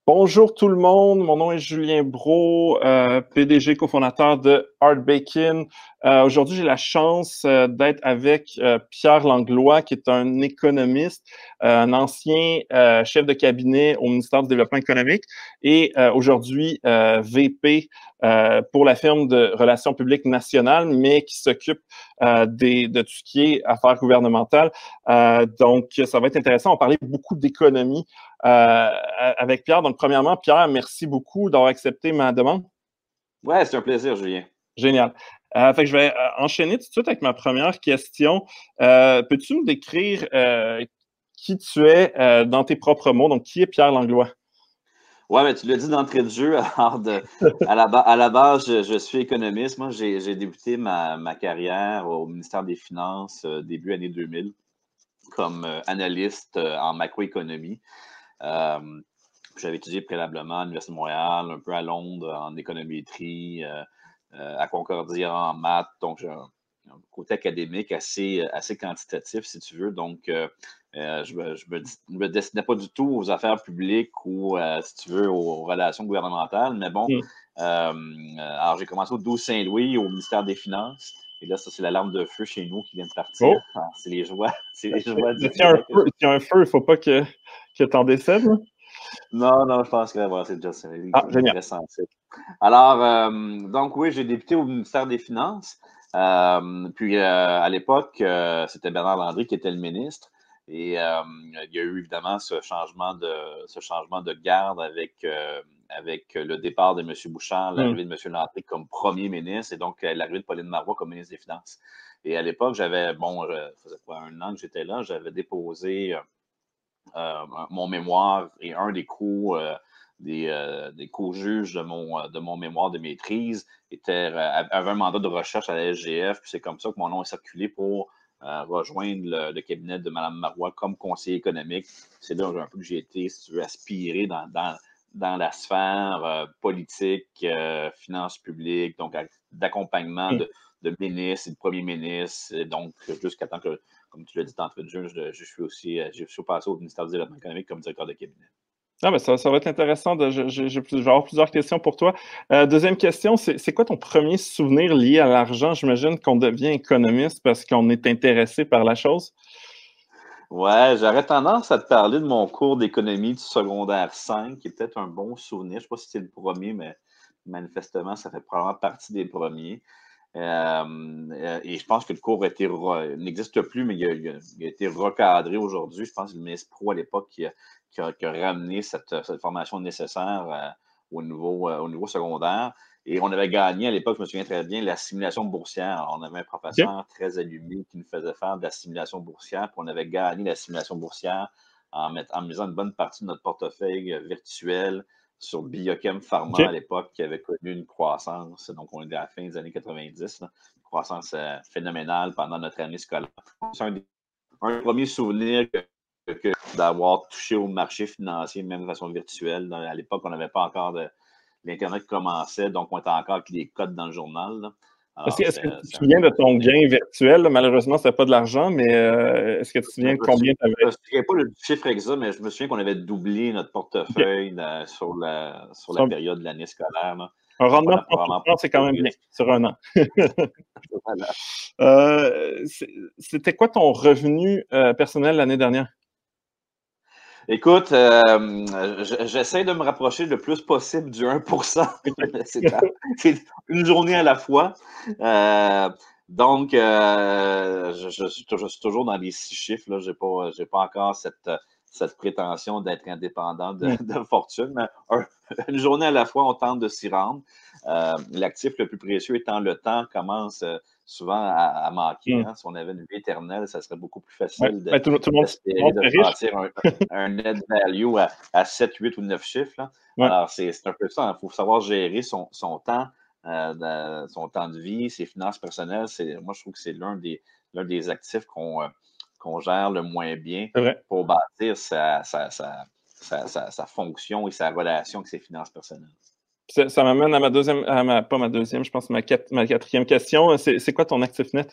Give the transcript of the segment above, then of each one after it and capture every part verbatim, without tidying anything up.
Bonjour tout le monde, mon nom est Julien Brault, euh, P D G cofondateur de Art Bacon. Euh, aujourd'hui, j'ai la chance euh, d'être avec euh, Pierre Langlois, qui est un économiste, euh, un ancien euh, chef de cabinet au ministère du Développement économique et euh, aujourd'hui euh, V P euh, pour la firme de relations publiques nationales, mais qui s'occupe euh, des, de tout ce qui est affaires gouvernementales. Euh, donc, ça va être intéressant. On parlait beaucoup d'économie Euh, avec Pierre. Donc, premièrement, Pierre, merci beaucoup d'avoir accepté ma demande. Ouais, c'est un plaisir, Julien. Génial. Euh, fait que je vais euh, enchaîner tout de suite avec ma première question. Euh, peux-tu me décrire euh, qui tu es euh, dans tes propres mots? Donc, qui est Pierre Langlois? Ouais, mais tu l'as dit d'entrée de jeu. Alors, de, à, la, à la base, je, je suis économiste. Moi, j'ai débuté ma, ma carrière au ministère des Finances euh, début année deux mille comme euh, analyste euh, en macroéconomie. Euh, J'avais étudié préalablement à l'Université de Montréal, un peu à Londres en économétrie, euh, euh, à Concordia en maths. Donc, j'ai un, un côté académique assez, assez quantitatif, si tu veux. Donc, euh, euh, je ne me, je me, me destinais pas du tout aux affaires publiques ou, euh, si tu veux, aux relations gouvernementales. Mais bon, Mm. euh, alors j'ai commencé au douze Saint-Louis, au ministère des Finances. Et là, ça, c'est l'alarme de feu chez nous qui vient de partir. Oh! C'est les joies, c'est les joies du S'il y a un direct. feu, s'il y a un feu, il ne faut pas que, que tu en décèdes. Là. Non, non, je pense que ouais, c'est déjà ça. Il Ah, est génial. très sensible. Alors, euh, donc oui, j'ai débuté au ministère des Finances. Euh, puis euh, à l'époque, euh, c'était Bernard Landry qui était le ministre. Et euh, il y a eu évidemment ce changement de, ce changement de garde avec, euh, avec le départ de M. Bouchard, Mm. l'arrivée de M. Landry comme premier ministre et donc euh, l'arrivée de Pauline Marois comme ministre des Finances. Et à l'époque, j'avais, bon, ça faisait quoi, un an que j'étais là, j'avais déposé euh, mon mémoire et un des co euh, des, euh, des co-juges de mon, de mon mémoire de maîtrise était, euh, avait un mandat de recherche à la S G F, puis c'est comme ça que mon nom est circulé pour euh, rejoindre le, le cabinet de Mme Marois comme conseiller économique. C'est là un peu que j'ai été, si tu veux, aspiré dans, dans, dans la sphère euh, politique, euh, finances publiques, donc d'accompagnement Mm. de, de ministres et de premiers ministres, et donc jusqu'à temps que, comme tu l'as dit d'entrée de jeu, je, je suis aussi, je suis passé au ministère du Développement économique comme directeur de cabinet. Ah, ben ça, ça va être intéressant. De, je, je, je vais avoir plusieurs questions pour toi. Euh, deuxième question, c'est quoi ton premier souvenir lié à l'argent? J'imagine qu'on devient économiste parce qu'on est intéressé par la chose. Ouais, j'aurais tendance à te parler de mon cours d'économie du secondaire cinq, qui est peut-être un bon souvenir. Je ne sais pas si c'est le premier, mais manifestement, ça fait probablement partie des premiers. Euh, et je pense que le cours n'existe plus, mais il a, il a, il a été recadré aujourd'hui. Je pense que le ministre Pro, à l'époque, qui, qui, qui a, ramené cette, cette formation nécessaire euh, au, niveau, euh, au niveau secondaire. Et on avait gagné à l'époque, je me souviens très bien, la simulation boursière. Alors, on avait un OK. professeur très allumé qui nous faisait faire de la simulation boursière, puis on avait gagné la simulation boursière en, mettant, en misant une bonne partie de notre portefeuille virtuel sur Biochem Pharma OK. à l'époque, qui avait connu une croissance. Donc, on est à la fin des années quatre-vingt-dix, là, une croissance euh, phénoménale pendant notre année scolaire. C'est un des, un des premiers souvenirs que, que d'avoir touché au marché financier, même de façon virtuelle. À l'époque, on n'avait pas encore de. L'Internet commençait, donc on était encore avec les codes dans le journal. Là. Est-ce Alors, que, est-ce que tu te c'est un souviens de ton souvenir. gain virtuel? Là? Malheureusement, ce n'est pas de l'argent, mais euh, est-ce que tu te Je souviens de me combien tu avais? me souviens pas le chiffre exact, mais je me souviens qu'on avait doublé notre OK. portefeuille là, sur, la, sur la Un, période de l'année scolaire. Là. un Donc, on rendement de n'a probablement pas trente pour cent, c'est quand même bien risque. sur un an. Voilà. euh, C'était quoi ton revenu euh, personnel l'année dernière? Écoute, euh, j'essaie de me rapprocher le plus possible du un pour cent. C'est une journée à la fois. Euh, donc, euh, je, je, suis, je, suis, toujours dans les six chiffres. Je n'ai pas, pas encore cette, cette prétention d'être indépendant de, de fortune. Mais un, une journée à la fois, on tente de s'y rendre. Euh, L'actif le plus précieux étant le temps commence souvent à, à manquer. Mm. Hein. Si on avait une vie éternelle, ça serait beaucoup plus Ouais. facile Ben, tout, tout, le monde, tout le d'espérer monde de serait riche. bâtir un, un net value à, à sept, huit ou neuf chiffres. Là. Ouais. Alors, c'est un peu ça. Il faut savoir gérer son, son temps, euh, de, son temps de vie, ses finances personnelles. Moi, je trouve que c'est l'un des, l'un des actifs qu'on euh, qu'on gère le moins bien C'est vrai. pour bâtir sa, sa, sa, sa, sa, sa fonction et sa relation avec ses finances personnelles. Ça, ça m'amène à ma deuxième, à ma, pas ma deuxième, je pense ma, quatre, ma quatrième question. C'est quoi ton actif net?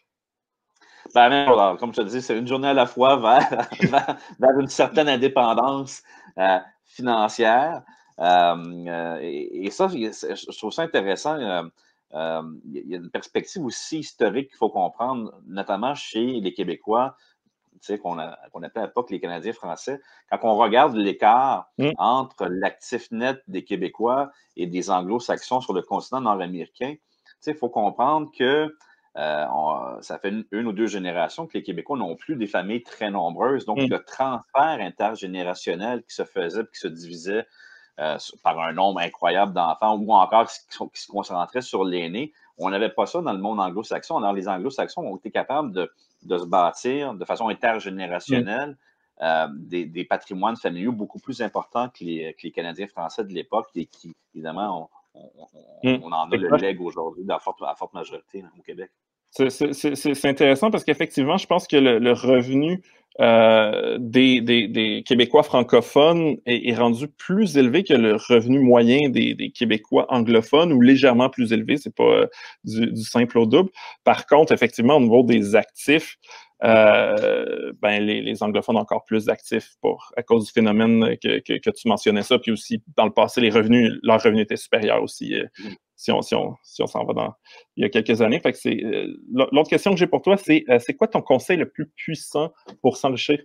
Ben, alors, comme je te dis, c'est une journée à la fois vers, vers, vers une certaine indépendance euh, financière. Euh, et, et ça, je trouve ça intéressant. Euh, euh, il y a une perspective aussi historique qu'il faut comprendre, notamment chez les Québécois, qu'on qu'on appelait à l'époque les Canadiens français. Quand on regarde l'écart Mm. entre l'actif net des Québécois et des Anglo-Saxons sur le continent nord-américain, il faut comprendre que euh, on, ça fait une, une ou deux générations que les Québécois n'ont plus des familles très nombreuses. Donc, Mm. le transfert intergénérationnel qui se faisait, qui se divisait euh, par un nombre incroyable d'enfants, ou encore qui, qui se concentrait sur l'aîné, on n'avait pas ça dans le monde anglo-saxon. Alors, les anglo-saxons ont été capables de, de se bâtir de façon intergénérationnelle mm. euh, des, des patrimoines familiaux beaucoup plus importants que les, que les Canadiens français de l'époque et qui, évidemment, on, on, on, Mm. on en a le leg aujourd'hui à forte, à forte majorité hein, au Québec. C'est intéressant parce qu'effectivement, je pense que le, le revenu euh, des, des, des Québécois francophones est, est rendu plus élevé que le revenu moyen des, des Québécois anglophones ou légèrement plus élevé. C'est pas euh, du, du simple au double. Par contre, effectivement, au niveau des actifs, euh, ben les, les anglophones ont encore plus d'actifs pour à cause du phénomène que, que, que tu mentionnais ça. Puis aussi, dans le passé, les revenus, leurs revenus étaient supérieurs aussi. Euh, mm. Si on si on si on s'en va dans il y a quelques années. Fait que c'est euh, l'autre question que j'ai pour toi, c'est euh, c'est quoi ton conseil le plus puissant pour s'enrichir?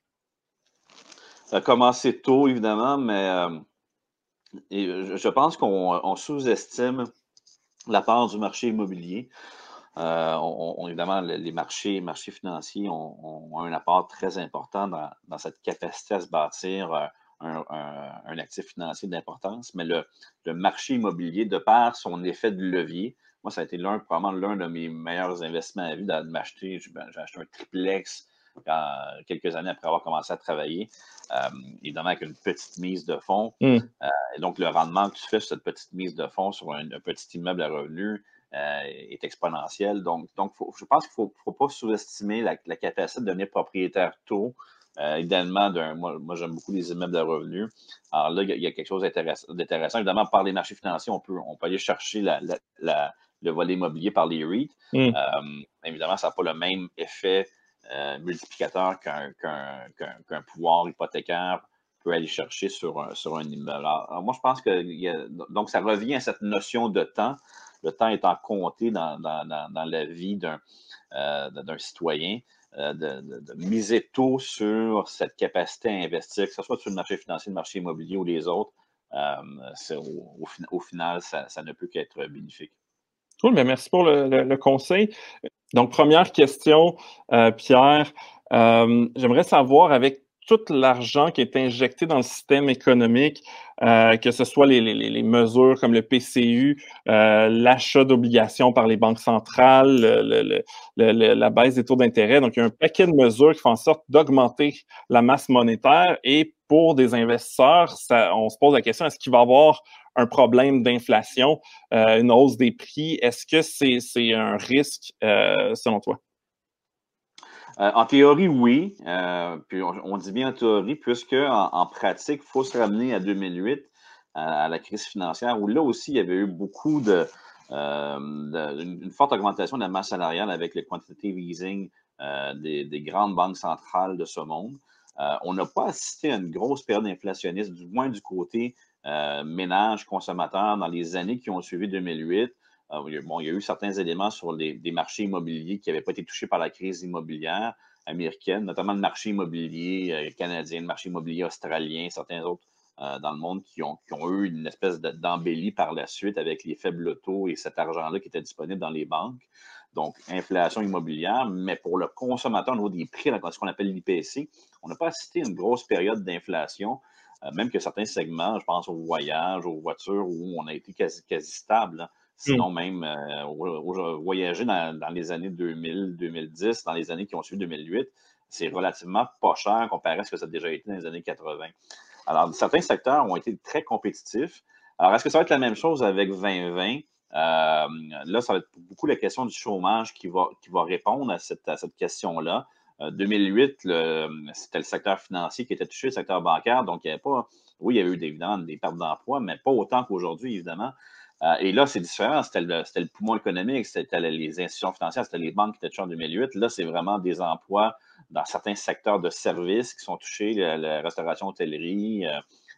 Ça a commencé tôt, évidemment, mais euh, et je pense qu'on sous-estime la part du marché immobilier. Euh, on, on, évidemment, les marchés, marchés financiers ont, ont un apport très important dans, dans cette capacité à se bâtir un, un, un actif financier d'importance, mais le, le marché immobilier, de par son effet de levier, moi, ça a été l'un, probablement l'un de mes meilleurs investissements à vie de m'acheter. J'ai acheté un triplex quand, quelques années après avoir commencé à travailler, euh, évidemment avec une petite mise de fonds. Mm. Euh, et donc, le rendement que tu fais sur cette petite mise de fonds sur un, un petit immeuble à revenus, Euh, est exponentielle. Donc, donc faut, je pense qu'il ne faut, faut pas sous-estimer la, la capacité de devenir propriétaire tôt. Euh, idéalement, moi, moi j'aime beaucoup les immeubles de revenus. Alors là, il y, y, a quelque chose d'intéressant. Évidemment, par les marchés financiers, on peut, on peut aller chercher la, la, la, le volet immobilier par les REIT. Mm. Euh, évidemment, ça n'a pas le même effet euh, multiplicateur qu'un qu'un, qu'un, qu'un pouvoir hypothécaire peut aller chercher sur un, sur un immeuble. Alors, alors moi, je pense que y a, donc ça revient à cette notion de temps. Le temps étant compté dans, dans, dans, dans la vie d'un euh, d'un citoyen, euh, de, de, de miser tôt sur cette capacité à investir, que ce soit sur le marché financier, le marché immobilier ou les autres, euh, au, au, au final, ça, ça ne peut qu'être bénéfique. Cool, bien merci pour le, le, le conseil. Donc, première question, euh, Pierre. Euh, J'aimerais savoir, avec tout l'argent qui est injecté dans le système économique, euh, que ce soit les, les, les mesures comme le P C U, euh, l'achat d'obligations par les banques centrales, le, le, le, le, la baisse des taux d'intérêt. Donc, il y a un paquet de mesures qui font en sorte d'augmenter la masse monétaire. Et pour des investisseurs, ça, on se pose la question, est-ce qu'il va y avoir un problème d'inflation, euh, une hausse des prix? Est-ce que c'est c'est un risque euh, selon toi? Euh, en théorie, oui. Euh, puis on, on dit bien en théorie, puisque en, en pratique, il faut se ramener à deux mille huit, à, à la crise financière, où là aussi, il y avait eu beaucoup de, euh, de une, une forte augmentation de la masse salariale avec le quantitative easing euh, des, des grandes banques centrales de ce monde. Euh, on n'a pas assisté à une grosse période inflationniste, du moins du côté euh, ménage consommateur dans les années qui ont suivi deux mille huit. Euh, bon, il y a eu certains éléments sur les, des marchés immobiliers qui n'avaient pas été touchés par la crise immobilière américaine, notamment le marché immobilier euh, canadien, le marché immobilier australien, certains autres euh, dans le monde qui ont, qui ont eu une espèce d'embellie par la suite avec les faibles taux et cet argent-là qui était disponible dans les banques. Donc, inflation immobilière, mais pour le consommateur au niveau des prix, dans ce qu'on appelle l'I P C, on n'a pas assisté à une grosse période d'inflation, euh, même que certains segments, je pense aux voyages, aux voitures, où on a été quasi, quasi stable. Hein. Sinon, même euh, voyager dans, dans les années deux mille, deux mille dix, dans les années qui ont suivi deux mille huit, c'est relativement pas cher comparé à ce que ça a déjà été dans les années quatre-vingt. Alors, certains secteurs ont été très compétitifs. Alors, est-ce que ça va être la même chose avec vingt vingt? Euh, là, ça va être beaucoup la question du chômage qui va, qui va répondre à cette, à cette question-là. Euh, deux mille huit, c'était le secteur financier qui était touché, le secteur bancaire, donc il n'y avait pas, oui, il y a eu évidemment des pertes d'emploi, mais pas autant qu'aujourd'hui, évidemment. Euh, et là, c'est différent. C'était le, le poumon économique, c'était les institutions financières, c'était les banques qui étaient touchées en deux mille huit. Là, c'est vraiment des emplois dans certains secteurs de services qui sont touchés, la, la restauration, hôtellerie, euh,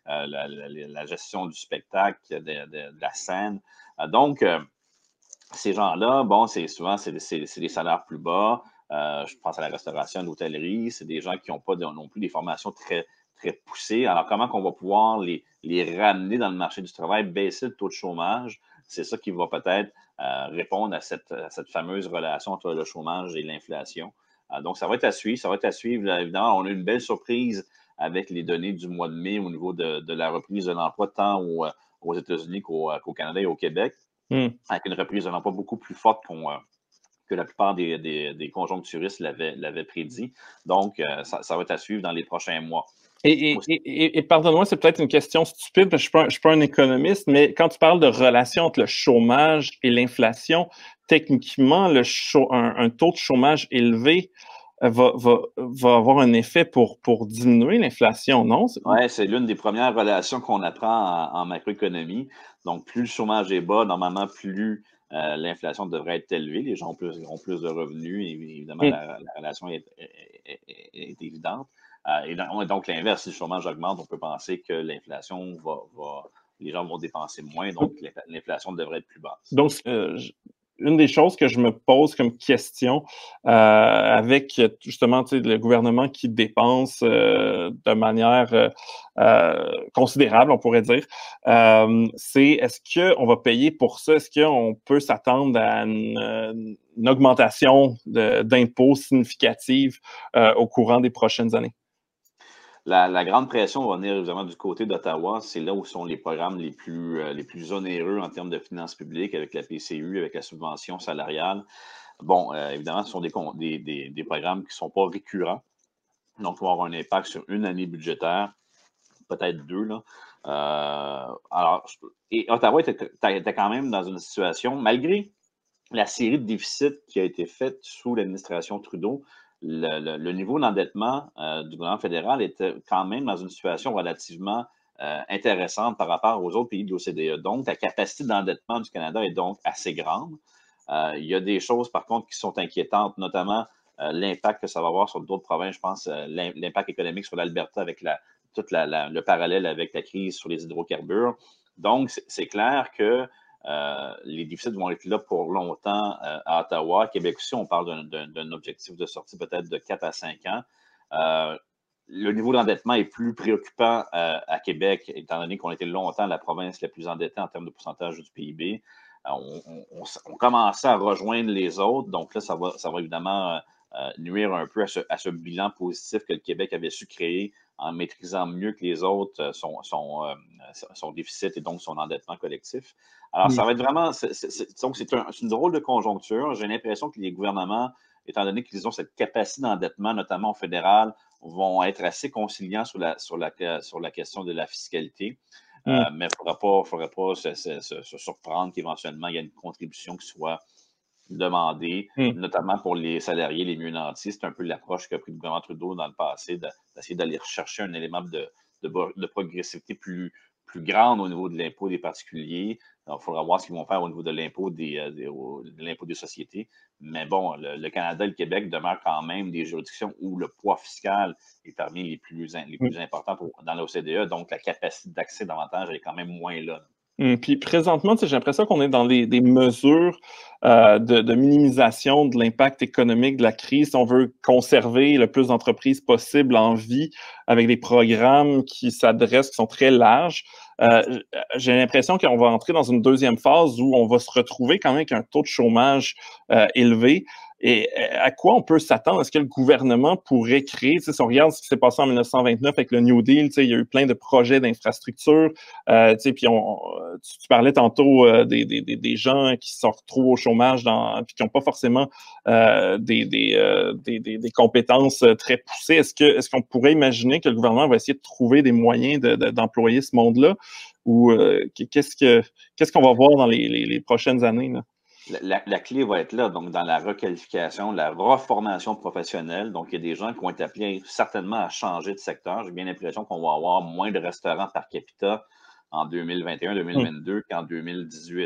euh, la, la, la, gestion du spectacle, de, de, de la scène. Euh, donc, euh, ces gens-là, bon, c'est souvent, c'est des salaires plus bas. Euh, je pense à la restauration, à l'hôtellerie. C'est des gens qui n'ont pas de, non plus des formations très, très poussées. Alors, comment qu'on va pouvoir les, les ramener dans le marché du travail, baisser le taux de chômage? C'est ça qui va peut-être euh, répondre à cette, à cette fameuse relation entre le chômage et l'inflation. Euh, donc, ça va être à suivre. Ça va être à suivre. Là, évidemment, on a une belle surprise avec les données du mois de mai au niveau de, de la reprise de l'emploi, tant au, aux États-Unis qu'au qu'au Canada et au Québec, mm. avec une reprise de l'emploi beaucoup plus forte qu'on... Euh, que la plupart des, des, des conjoncturistes l'avaient prédit. Donc, euh, ça, ça va être à suivre dans les prochains mois. Et, et, et, et pardonne-moi, c'est peut-être une question stupide, parce que je ne suis pas un économiste, mais quand tu parles de relation entre le chômage et l'inflation, techniquement, le un, un taux de chômage élevé va, va, va avoir un effet pour, pour diminuer l'inflation, non? Oui, c'est l'une des premières relations qu'on apprend en, en macroéconomie. Donc, plus le chômage est bas, normalement, plus euh, l'inflation devrait être élevée. Les gens ont plus, ont plus de revenus et évidemment, mm. la, la, relation est, est, est, est évidente. Euh, et donc, donc l'inverse, si le chômage augmente, on peut penser que l'inflation va, va, les gens vont dépenser moins, donc l'inflation devrait être plus basse. Donc, euh, une des choses que je me pose comme question euh, avec justement le gouvernement qui dépense euh, de manière euh, considérable, on pourrait dire, euh, c'est est-ce qu'on va payer pour ça? Est-ce qu'on peut s'attendre à une, une augmentation d'impôts significative euh, au courant des prochaines années? La, la, grande pression va venir évidemment du côté d'Ottawa. C'est là où sont les programmes les plus, euh, les plus onéreux en termes de finances publiques, avec la P C U, avec la subvention salariale. Bon, euh, évidemment, ce sont des, des, des, des programmes qui ne sont pas récurrents. Donc, il va avoir un impact sur une année budgétaire, peut-être deux. Là. Euh, alors, et Ottawa était, était quand même dans une situation, malgré la série de déficits qui a été faite sous l'administration Trudeau, le, le, le niveau d'endettement euh, du gouvernement fédéral était quand même dans une situation relativement euh, intéressante par rapport aux autres pays de l'O C D E. Donc, la capacité d'endettement du Canada est donc assez grande. Euh, il y a des choses, par contre, qui sont inquiétantes, notamment euh, l'impact que ça va avoir sur d'autres provinces. Je pense euh, l'impact économique sur l'Alberta avec la, tout la, la, le parallèle avec la crise sur les hydrocarbures. Donc, c'est clair que Euh, les déficits vont être là pour longtemps euh, à Ottawa. À Québec aussi, on parle d'un objectif de sortie peut-être de quatre à cinq ans. Euh, le niveau d'endettement est plus préoccupant euh, à Québec, étant donné qu'on était longtemps la province la plus endettée en termes de pourcentage du P I B. Euh, on, on, on commençait à rejoindre les autres, donc là, ça va, ça va évidemment euh, nuire un peu à ce, à ce bilan positif que le Québec avait su créer en maîtrisant mieux que les autres son, son, euh, son déficit et donc son endettement collectif. Alors, ça va être vraiment, c'est un, une drôle de conjoncture. J'ai l'impression que les gouvernements, étant donné qu'ils ont cette capacité d'endettement, notamment au fédéral, vont être assez conciliants sur la, sur la, sur la question de la fiscalité. Mm. Euh, mais il ne faudra pas, faudra pas se, se, se, se surprendre qu'éventuellement, il y a une contribution qui soit demandée, mm. notamment pour les salariés les mieux nantis. C'est un peu l'approche qu'a pris le gouvernement Trudeau dans le passé, d'essayer d'aller rechercher un élément de, de, de progressivité plus, plus grande au niveau de l'impôt des particuliers. Donc, il faudra voir ce qu'ils vont faire au niveau de l'impôt des, des, de l'impôt des sociétés. Mais bon, le, le Canada et le Québec demeurent quand même des juridictions où le poids fiscal est parmi les plus, les plus importants pour, dans l'O C D E. Donc, la capacité d'accès davantage est quand même moins là. Hum, puis présentement, j'ai l'impression qu'on est dans des, des mesures euh, de, de minimisation de l'impact économique de la crise. On veut conserver le plus d'entreprises possible en vie avec des programmes qui s'adressent, qui sont très larges. Euh, j'ai l'impression qu'on va entrer dans une deuxième phase où on va se retrouver quand même avec un taux de chômage euh, élevé. Et à quoi on peut s'attendre? Est-ce que le gouvernement pourrait créer, si on regarde ce qui s'est passé en mille neuf cent vingt-neuf avec le New Deal, il y a eu plein de projets d'infrastructure, euh, puis on, tu, tu parlais tantôt euh, des, des, des gens qui se retrouvent au chômage dans, puis qui n'ont pas forcément euh, des, des, euh, des, des, des compétences très poussées. Est-ce que est-ce qu'on pourrait imaginer que le gouvernement va essayer de trouver des moyens de, de, d'employer ce monde-là? Ou euh, qu'est-ce que qu'est-ce qu'on va voir dans les, les, les prochaines années, là? La, la clé va être là, donc dans la requalification, la reformation professionnelle. Donc, il y a des gens qui vont être appelés certainement à changer de secteur. J'ai bien l'impression qu'on va avoir moins de restaurants par capita en deux mille vingt et un deux mille vingt-deux mmh. qu'en deux mille dix-huit.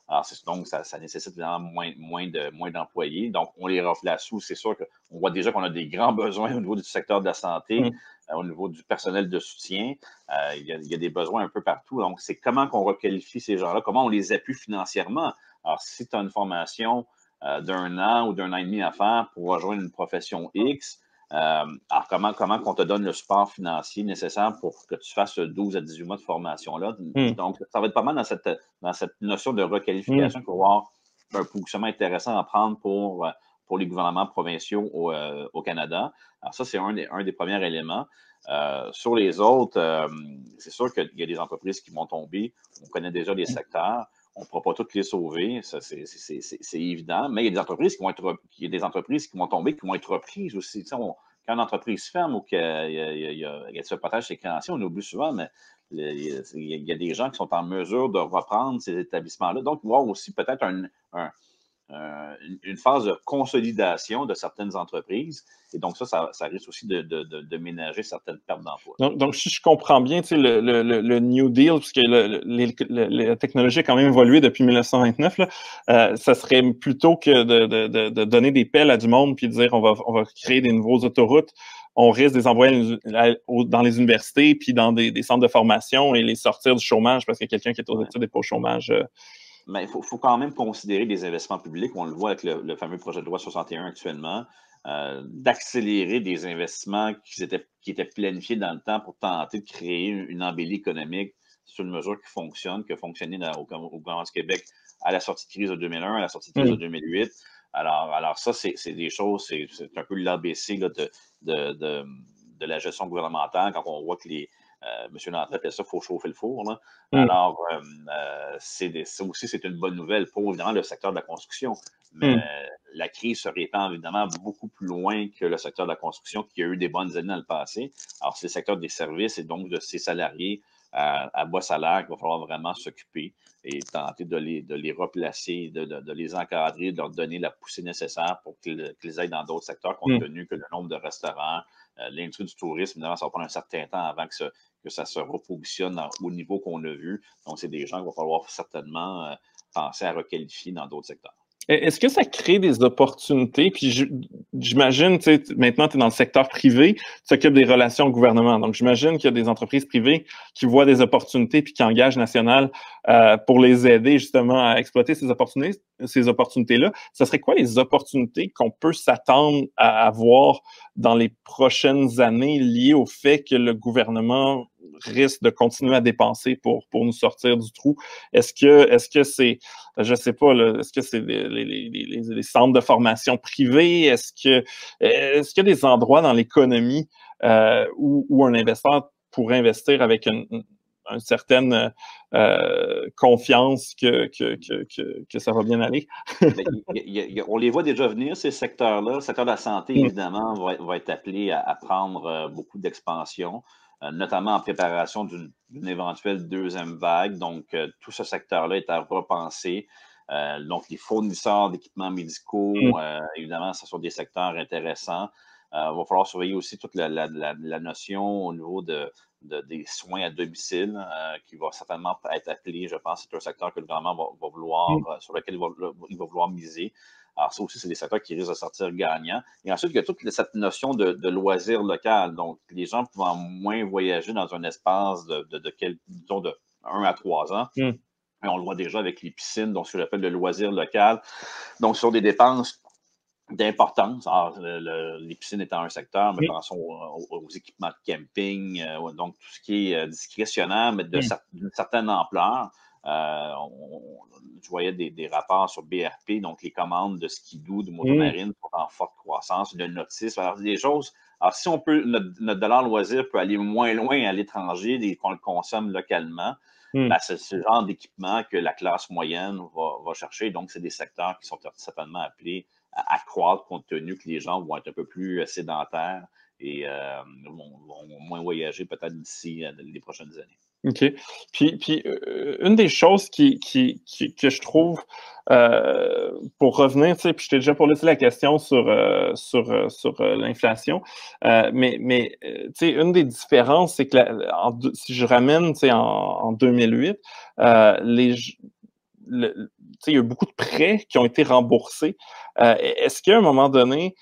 Alors, donc, ça, ça nécessite vraiment moins, moins de moins d'employés. Donc, on les replace où? C'est sûr qu'on voit déjà qu'on a des grands besoins au niveau du secteur de la santé, Mm. euh, au niveau du personnel de soutien. Euh, il, y a, il y a des besoins un peu partout. Donc, c'est comment qu'on requalifie ces gens-là, comment on les appuie financièrement. Alors, si tu as une formation euh, d'un an ou d'un an et demi à faire pour rejoindre une profession X, Euh, alors, comment, comment qu'on te donne le support financier nécessaire pour que tu fasses douze à dix-huit mois de formation-là? Mm. Donc, ça va être pas mal dans cette, dans cette notion de requalification Mm. qu'il va y avoir un positionnement intéressant à prendre pour, pour les gouvernements provinciaux au, euh, au Canada. Alors, ça, c'est un des, un des premiers éléments. Euh, sur les autres, euh, c'est sûr qu'il y a des entreprises qui vont tomber. On connaît déjà les secteurs. On ne pourra pas toutes les sauver, ça c'est évident, mais il y a des entreprises qui vont être il y a des entreprises qui vont tomber, qui vont être reprises aussi. On, quand une entreprise ferme ou qu'il y a, il y a, il y a ce partage ses créanciers, on oublie souvent, mais il y a des gens qui sont en mesure de reprendre ces établissements-là. Donc, il va y avoir aussi peut-être un, un, euh, une phase de consolidation de certaines entreprises. Et donc, ça, ça, ça risque aussi de, de, de, de ménager certaines pertes d'emploi. Donc, donc, si je comprends bien, le, le, le New Deal, puisque le, le, le, la technologie a quand même évolué depuis mille neuf cent vingt-neuf, là, euh, ça serait plutôt que de, de, de, de donner des pelles à du monde puis de dire on va, on va créer des nouveaux autoroutes, on risque de les envoyer dans les universités puis dans des, des centres de formation et les sortir du chômage parce que quelqu'un qui est aux ouais. études n'est pas au chômage. Euh, Mais il faut, faut quand même considérer des investissements publics. On le voit avec le, le fameux projet de loi soixante et un actuellement, euh, d'accélérer des investissements qui étaient, qui étaient planifiés dans le temps pour tenter de créer une, une embellie économique sur une mesure qui fonctionne, qui a fonctionné dans, au, au gouvernement du Québec à la sortie de crise de deux mille un, à la sortie de crise mmh. de deux mille huit. Alors, alors ça, c'est des choses, c'est un peu l'A B C de, de, de, de la gestion gouvernementale quand on voit que les Euh, M. Nantel appelle ça « faut chauffer le four ». Là. Mm. Alors, euh, euh, des, ça aussi, c'est une bonne nouvelle pour, évidemment, le secteur de la construction. Mais mm. la crise se répand, évidemment, beaucoup plus loin que le secteur de la construction qui a eu des bonnes années dans le passé. Alors, c'est le secteur des services et donc de ses salariés à, à bas salaire qu'il va falloir vraiment s'occuper et tenter de les, de les replacer, de, de, de les encadrer, de leur donner la poussée nécessaire pour qu'ils qu'ils aillent dans d'autres secteurs, compte tenu que le nombre de restaurants, euh, l'industrie du tourisme, évidemment, ça va prendre un certain temps avant que, ce, que ça se repositionne dans, au niveau qu'on a vu. Donc, c'est des gens qu'il va falloir certainement euh, penser à requalifier dans d'autres secteurs. Est-ce que ça crée des opportunités? Puis j'imagine, tu sais, maintenant, tu es dans le secteur privé, tu t'occupes des relations au gouvernement. Donc, j'imagine qu'il y a des entreprises privées qui voient des opportunités puis qui engagent National euh, pour les aider justement à exploiter ces opportunités, ces opportunités-là. Ce serait quoi les opportunités qu'on peut s'attendre à avoir dans les prochaines années liées au fait que le gouvernement risque de continuer à dépenser pour, pour nous sortir du trou? Est-ce que est-ce que c'est, je sais pas, est-ce que c'est les, les, les, les centres de formation privés? Est-ce que est-ce qu'il y a des endroits dans l'économie euh, où, où un investisseur pourrait investir avec une, une, une certaine euh, confiance que, que, que, que, que ça va bien aller? y a, y a, on les voit déjà venir, ces secteurs-là. Le secteur de la santé, évidemment, va, va être appelé à, à prendre beaucoup d'expansion, notamment en préparation d'une éventuelle deuxième vague. Donc, euh, tout ce secteur-là est à repenser. Euh, donc, les fournisseurs d'équipements médicaux, mm. euh, évidemment, ce sont des secteurs intéressants. Il euh, va falloir surveiller aussi toute la, la, la, la notion au niveau de, de, des soins à domicile, euh, qui va certainement être appelé, je pense, c'est un secteur que le gouvernement va, va vouloir, mm. euh, sur lequel il va, il va vouloir miser. Alors, ça aussi, c'est des secteurs qui risquent de sortir gagnants. Et ensuite, il y a toute cette notion de, de loisir local. Donc, les gens pouvant moins voyager dans un espace de, de, de, quel, disons, de un à trois ans. Mm. Et on le voit déjà avec les piscines, donc ce que j'appelle le loisir local. Donc, sur des dépenses d'importance. Alors, le, le, les piscines étant un secteur, mais pensons aux, aux équipements de camping, euh, donc tout ce qui est euh, discrétionnaire, mais d'une mm. certaine ampleur. Euh, on, je voyais des, des rapports sur B R P, donc les commandes de skidoo, de motomarine mm. sont en forte croissance, de nautisme. Alors, des choses. Alors, si on peut, notre, notre dollar loisir peut aller moins loin à l'étranger et qu'on le consomme localement, mm. ben, c'est ce genre d'équipement que la classe moyenne va, va chercher. Donc, c'est des secteurs qui sont certainement appelés à, à croître compte tenu que les gens vont être un peu plus sédentaires et euh, vont, vont moins voyager peut-être d'ici les prochaines années. OK. Puis, puis euh, une des choses qui, qui, qui, que je trouve, euh, pour revenir, tu sais, puis je t'ai déjà posé la question sur, euh, sur, sur euh, l'inflation, euh, mais, mais tu sais, une des différences, c'est que la, en, si je ramène, tu sais, en, en deux mille huit, euh, les le, il y a eu beaucoup de prêts qui ont été remboursés. Euh, est-ce qu'à un moment donné,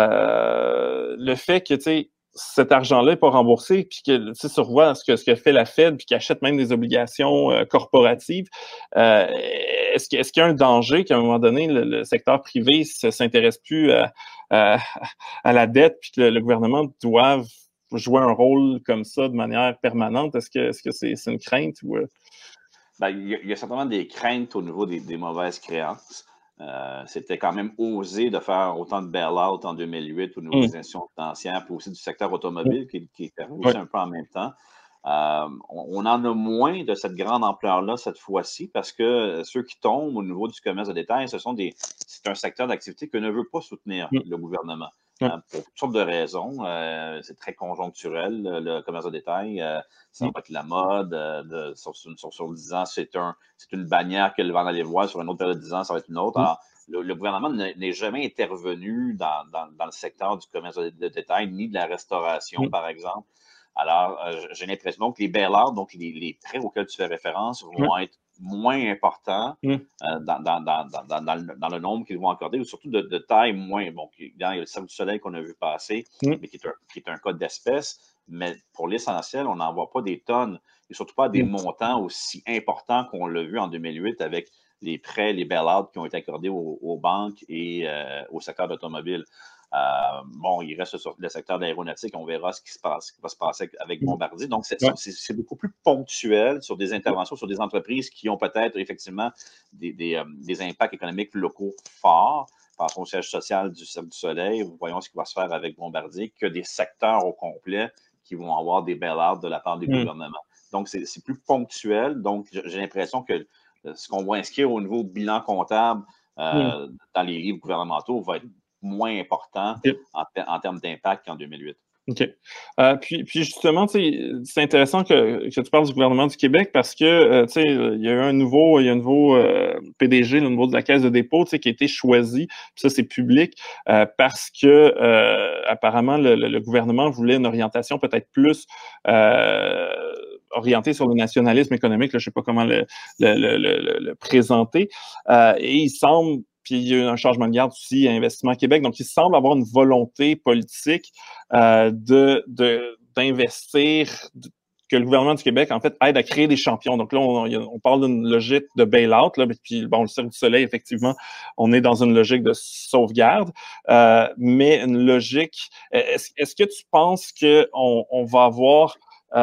euh, le fait que cet argent-là n'est pas remboursé, puis que tu survois ce que, ce que fait la Fed, puis qui achète même des obligations euh, corporatives, euh, est-ce, est-ce qu'il y a un danger qu'à un moment donné, le, le secteur privé ne s'intéresse plus à, à, à la dette, puis que le, le gouvernement doive jouer un rôle comme ça de manière permanente? Est-ce que est-ce que c'est, c'est une crainte ou... Ben, il, y a, il y a certainement des craintes au niveau des, des mauvaises créances. Euh, c'était quand même osé de faire autant de bail-out en deux mille huit au niveau Mm. des institutions financières, puis aussi du secteur Mm. automobile qui, qui est arrivé Ouais. aussi un peu en même temps. Euh, on, on en a moins de cette grande ampleur-là cette fois-ci parce que ceux qui tombent au niveau du commerce de détail, ce sont des, c'est un secteur d'activité que ne veut pas soutenir Mm. le gouvernement. Ouais. Hein, pour toutes sortes de raisons. Euh, c'est très conjoncturel, le, le commerce de détail. Euh, ça Mm. va être la mode. Euh, de, sur, sur, sur dix ans, c'est un, c'est une bannière que le vent allait voir. Sur une autre période de dix ans, ça va être une autre. Mm. Alors, le, le gouvernement n'est jamais intervenu dans, dans, dans, le secteur du commerce de, de détail, ni de la restauration, Mm. par exemple. Alors, euh, j'ai l'impression que les bail-outs, donc les, les prêts auxquels tu fais référence, vont Ouais. être moins importants Mm. euh, dans, dans, dans, dans, dans, le, dans le nombre qu'ils vont accorder, ou surtout de, de taille moins. Bon, il y a le Cercle du Soleil qu'on a vu passer, Mm. mais qui est un, qui est un cas d'espèce. Mais pour l'essentiel, on n'en voit pas des tonnes, et surtout pas des Mm. montants aussi importants qu'on l'a vu en deux mille huit avec les prêts, les bail-outs qui ont été accordés aux, aux banques et euh, au secteur d'automobile. Euh, bon, il reste sur le secteur d'aéronautique, on verra ce qui, se passe, ce qui va se passer avec Mm. Bombardier. Donc, c'est Ouais. beaucoup plus ponctuel sur des interventions, sur des entreprises qui ont peut-être effectivement des, des, euh, des impacts économiques locaux forts. Pensons au siège social du Cercle du Soleil, voyons ce qui va se faire avec Bombardier, que des secteurs au complet qui vont avoir des bail-outs de la part des Mm. gouvernements. Donc, c'est plus ponctuel. Donc, j'ai l'impression que ce qu'on va inscrire au niveau bilan comptable euh, Mm. dans les livres gouvernementaux va être moins important Okay. en, en termes d'impact qu'en deux mille huit. OK. Euh, puis, puis justement, c'est intéressant que, que tu parles du gouvernement du Québec parce que euh, il y a eu un nouveau, il y a un nouveau euh, P D G, le nouveau de la Caisse de dépôt, qui a été choisi, puis ça c'est public, euh, parce que euh, apparemment le, le, le gouvernement voulait une orientation peut-être plus euh, orientée sur le nationalisme économique, là, je sais pas comment le, le, le, le, le présenter, euh, et il semble puis il y a eu un changement de garde aussi à Investissement Québec. Donc, il semble avoir une volonté politique euh, de, de, d'investir, de, que le gouvernement du Québec, en fait, aide à créer des champions. Donc là, on, on parle d'une logique de bail-out. Là, puis, bon, le Cirque du Soleil, effectivement, on est dans une logique de sauvegarde, euh, mais une logique... Est-ce, est-ce que tu penses qu'on on va avoir...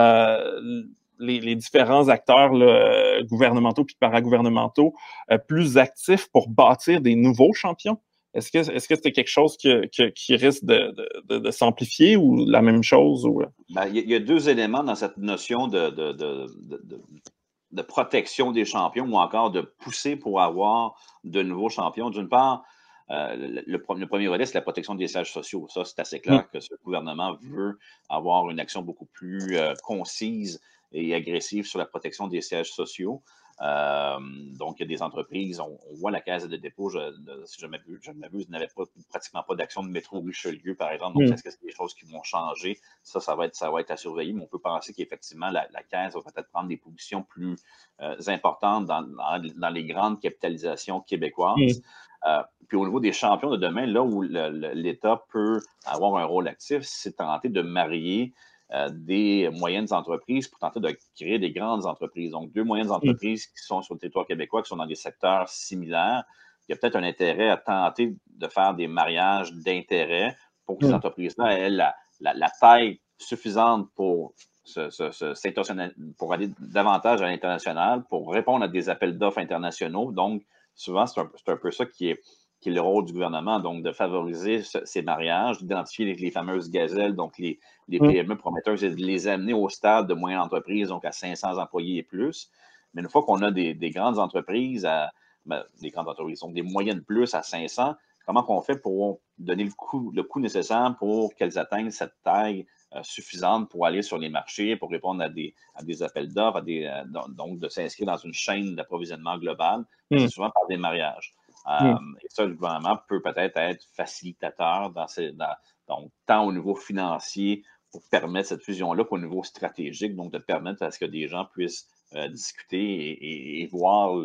Euh, Les, les différents acteurs là, gouvernementaux puis paragouvernementaux euh, plus actifs pour bâtir des nouveaux champions? Est-ce que est-ce que c'est quelque chose que, que, qui risque de, de, de s'amplifier ou la même chose? Ou... Ben, il y a deux éléments dans cette notion de, de, de, de, de protection des champions ou encore de pousser pour avoir de nouveaux champions. D'une part, euh, le, le, le premier volet, c'est la protection des sièges sociaux. Ça, c'est assez clair mmh. que ce gouvernement veut avoir une action beaucoup plus euh, concise et agressive sur la protection des sièges sociaux. Euh, donc, il y a des entreprises, on, on voit la Caisse de dépôt, je, de, si je ne m'abuse, n'avait pas, pratiquement pas d'action de métro Richelieu, par exemple. Donc, Mmh. est-ce que c'est des choses qui vont changer? Ça, ça va être, ça va être à surveiller, mais on peut penser qu'effectivement, la, la Caisse va peut-être prendre des positions plus euh, importantes dans, dans, dans, les grandes capitalisations québécoises. Mmh. Euh, puis au niveau des champions de demain, là où l'État peut avoir un rôle actif, c'est tenter de marier Euh, des moyennes entreprises pour tenter de créer des grandes entreprises. Donc, deux moyennes Mmh. entreprises qui sont sur le territoire québécois, qui sont dans des secteurs similaires. Il y a peut-être un intérêt à tenter de faire des mariages d'intérêt pour que ces Mmh. entreprises-là aient la, la, la taille suffisante pour, se, se, se, pour aller davantage à l'international, pour répondre à des appels d'offres internationaux. Donc, souvent, c'est un, un peu ça qui est qui est le rôle du gouvernement, donc de favoriser ce, ces mariages, d'identifier les, les fameuses gazelles, donc les, les Mmh. P M E prometteuses, et de les amener au stade de moyenne entreprise, donc à cinq cents employés et plus. Mais une fois qu'on a des, des grandes entreprises, à, ben, des grandes entreprises, donc des moyennes plus à cinq cents, comment on fait pour donner le coût, le coût nécessaire pour qu'elles atteignent cette taille euh, suffisante pour aller sur les marchés, pour répondre à des, à des appels d'offres, euh, donc de s'inscrire dans une chaîne d'approvisionnement globale, ben, c'est Mmh. souvent par des mariages. Euh, Mmh. et ça, le gouvernement peut peut-être être facilitateur dans ces, dans, donc, tant au niveau financier pour permettre cette fusion-là qu'au niveau stratégique, donc de permettre à ce que des gens puissent euh, discuter et, et, et voir le,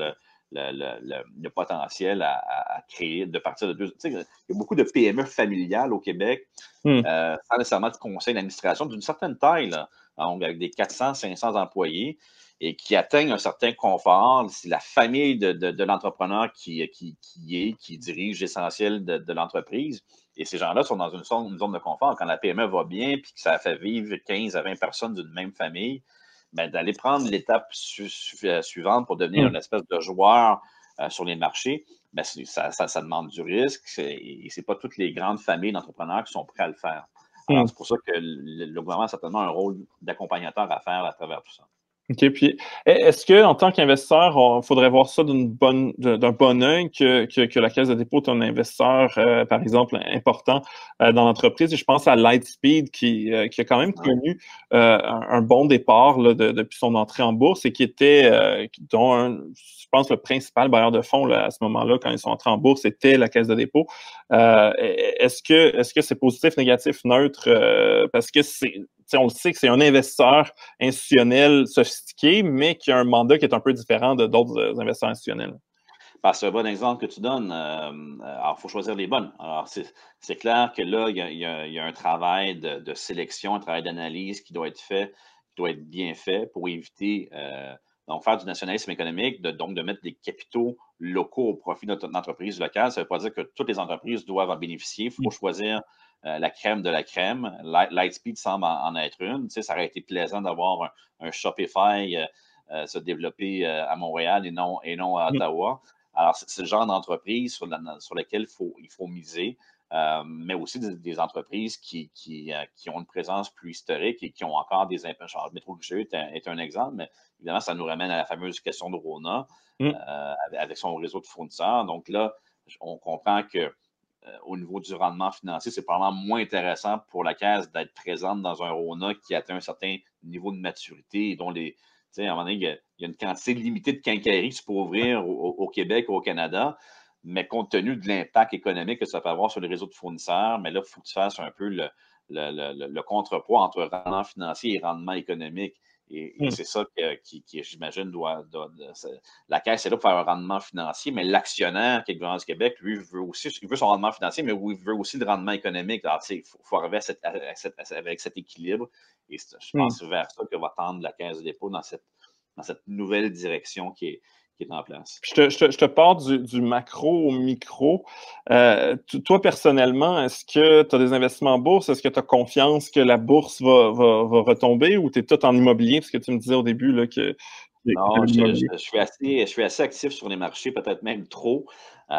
le, le, le, le potentiel à, à, à créer, de partir de deux. Tu sais, il y a beaucoup de P M E familiales au Québec, Mm. euh, sans nécessairement de conseil d'administration d'une certaine taille, là, donc avec des quatre cents, cinq cents employés, et qui atteignent un certain confort. C'est la famille de, de, de l'entrepreneur qui, qui, qui est, qui dirige l'essentiel de, de l'entreprise. Et ces gens-là sont dans une zone, une zone de confort. Quand la P M E va bien, puis que ça fait vivre quinze à vingt personnes d'une même famille, ben, d'aller prendre l'étape su su suivante pour devenir Mm. une espèce de joueur euh, sur les marchés, ben, ça, ça, ça demande du risque. Et ce n'est pas toutes les grandes familles d'entrepreneurs qui sont prêts à le faire. Alors, Mm. c'est pour ça que le, le gouvernement a certainement un rôle d'accompagnateur à faire à travers tout ça. OK. Puis, est-ce qu'en tant qu'investisseur, il faudrait voir ça d'une bonne, d'un bon œil que, que, que la Caisse de dépôt est un investisseur, euh, par exemple, important euh, dans l'entreprise? Et je pense à Lightspeed qui, euh, qui a quand même Ouais. connu euh, un, un bon départ là, de, depuis son entrée en bourse et qui était, euh, dont un, je pense, le principal bailleur de fonds là, à ce moment-là, quand ils sont entrés en bourse, c'était la Caisse de dépôt. Euh, est-ce que est-ce que c'est positif, négatif, neutre? Euh, parce que c'est, on le sait que c'est un investisseur institutionnel sophistiqué, mais qui a un mandat qui est un peu différent de d'autres investisseurs institutionnels. Ben, c'est un bon exemple que tu donnes. Euh, alors, il faut choisir les bonnes. Alors, c'est clair que là, il y a, il y a, il y a un travail de, de, sélection, un travail d'analyse qui doit être fait, qui doit être bien fait pour éviter, euh, donc, faire du nationalisme économique, de, donc de mettre des capitaux locaux au profit de notre entreprise locale. Ça ne veut pas dire que toutes les entreprises doivent en bénéficier. Il faut choisir euh, la crème de la crème. Light, Lightspeed semble en, en être une. Tu sais, ça aurait été plaisant d'avoir un, un Shopify euh, euh, se développer euh, à Montréal et non, et non à Ottawa. Alors, c'est le genre d'entreprise sur, la, sur laquelle il faut, il faut miser, euh, mais aussi des, des entreprises qui, qui, euh, qui ont une présence plus historique et qui ont encore des impacts. Métro Richelieu est un, est un exemple, mais évidemment, ça nous ramène à la fameuse question de Rona Mm. euh, avec son réseau de fournisseurs. Donc là, on comprend que euh, au niveau du rendement financier, c'est probablement moins intéressant pour la Caisse d'être présente dans un Rona qui atteint un certain niveau de maturité et dont les, tu sais, à un moment donné, il y, a, il y a une quantité limitée de quincailleries que tu peux ouvrir au, au Québec ou au Canada, mais compte tenu de l'impact économique que ça peut avoir sur les réseaux de fournisseurs, mais là, il faut que tu fasses un peu le, le, le, le contrepoids entre rendement financier et rendement économique. Et, et Mm. c'est ça que, qui, qui j'imagine, doit, doit, doit la Caisse est là pour faire un rendement financier, mais l'actionnaire qui est le gouvernement du Québec, lui, veut aussi il veut son rendement financier, mais il veut aussi le rendement économique. Alors, il faut, faut arriver à cette, à cette, avec cet équilibre. Et je pense que c'est vers ça que va tendre la Caisse de dépôt dans cette, dans cette nouvelle direction qui est, qui est en place. Je te, je te, je te pars du, du macro au micro. Euh, toi, personnellement, est-ce que tu as des investissements en bourse? Est-ce que tu as confiance que la bourse va, va, va retomber ou tu es tout en immobilier? Parce que tu me disais au début là, que, que Non, je, je, l'immobilier. je suis assez, je suis assez actif sur les marchés, peut-être même trop. Euh,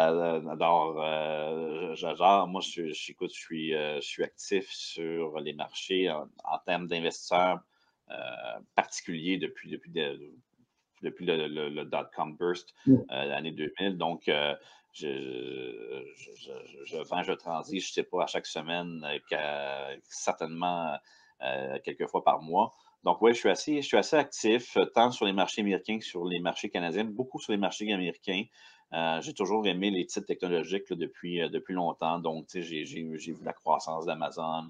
alors, euh, je- genre, moi, je, je, écoute, je suis, euh, je suis actif sur les marchés en, en termes d'investisseurs euh, particuliers depuis, depuis, de, depuis le, le, le dot-com burst Mm. euh, l'année deux mille. Donc, euh, je, je, je, je vends, je transige, je ne sais pas, à chaque semaine, euh, certainement euh, quelques fois par mois. Donc, oui, je suis assez, je suis assez actif, tant sur les marchés américains que sur les marchés canadiens, beaucoup sur les marchés américains. Euh, j'ai toujours aimé les titres technologiques là, depuis, euh, depuis longtemps. Donc, tu sais, j'ai vu la croissance d'Amazon,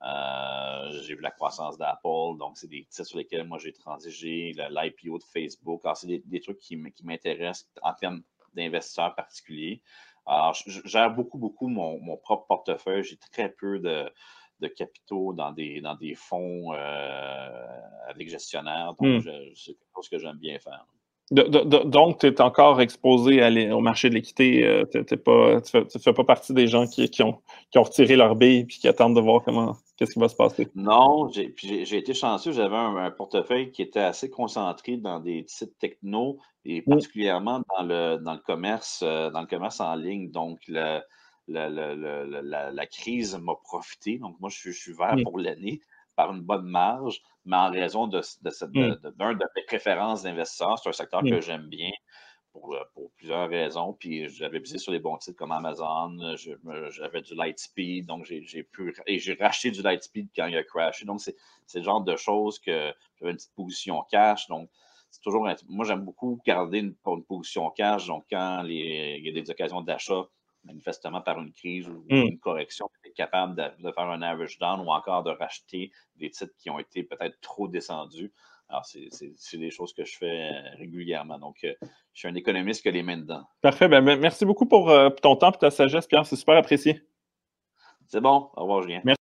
euh, j'ai vu la croissance d'Apple. Donc, c'est des titres sur lesquels moi j'ai transigé, l'I P O de Facebook. Alors, c'est des, des, trucs qui m'intéressent en termes d'investisseurs particuliers. Alors, je, je, gère beaucoup, beaucoup mon, mon propre portefeuille. J'ai très peu de, de capitaux dans des, dans des fonds euh, avec gestionnaire. Donc, Mm. c'est quelque chose que j'aime bien faire. De, de, de, donc, tu es encore exposé à les, au marché de l'équité. Euh, tu ne fais, fais pas partie des gens qui, qui, ont, qui ont retiré leur bille et qui attendent de voir comment qu'est-ce qui va se passer. Non, j'ai été chanceux. J'avais un, un, portefeuille qui était assez concentré dans des sites techno et Mm. particulièrement dans le, dans le commerce, euh, dans le commerce en ligne. Donc, le, le, le, la, la, crise m'a profité. Donc, moi, je suis, je suis vert Mm. pour l'année par une bonne marge, mais en raison de, de, de, de, d'un de mes préférences d'investisseurs. C'est un secteur Mm. que j'aime bien. Pour, pour, plusieurs raisons. Puis j'avais visé sur les bons titres comme Amazon, j'avais du Lightspeed, donc j'ai pu. Et j'ai racheté du Lightspeed quand il a crashé. Donc, c'est le genre de choses que j'avais une petite position cash. Donc, c'est toujours. Moi, j'aime beaucoup garder une, une position cash. Donc, quand les, il y a des occasions d'achat, manifestement par une crise ou Mm. une correction, être capable de, de faire un average down ou encore de racheter des titres qui ont été peut-être trop descendus. Alors, c'est des choses que je fais régulièrement. Donc, euh, je suis un économiste qui a les mains dedans. Parfait. Ben, merci beaucoup pour euh, ton temps et ta sagesse, Pierre. C'est super apprécié. C'est bon. Au revoir, Julien. Merci.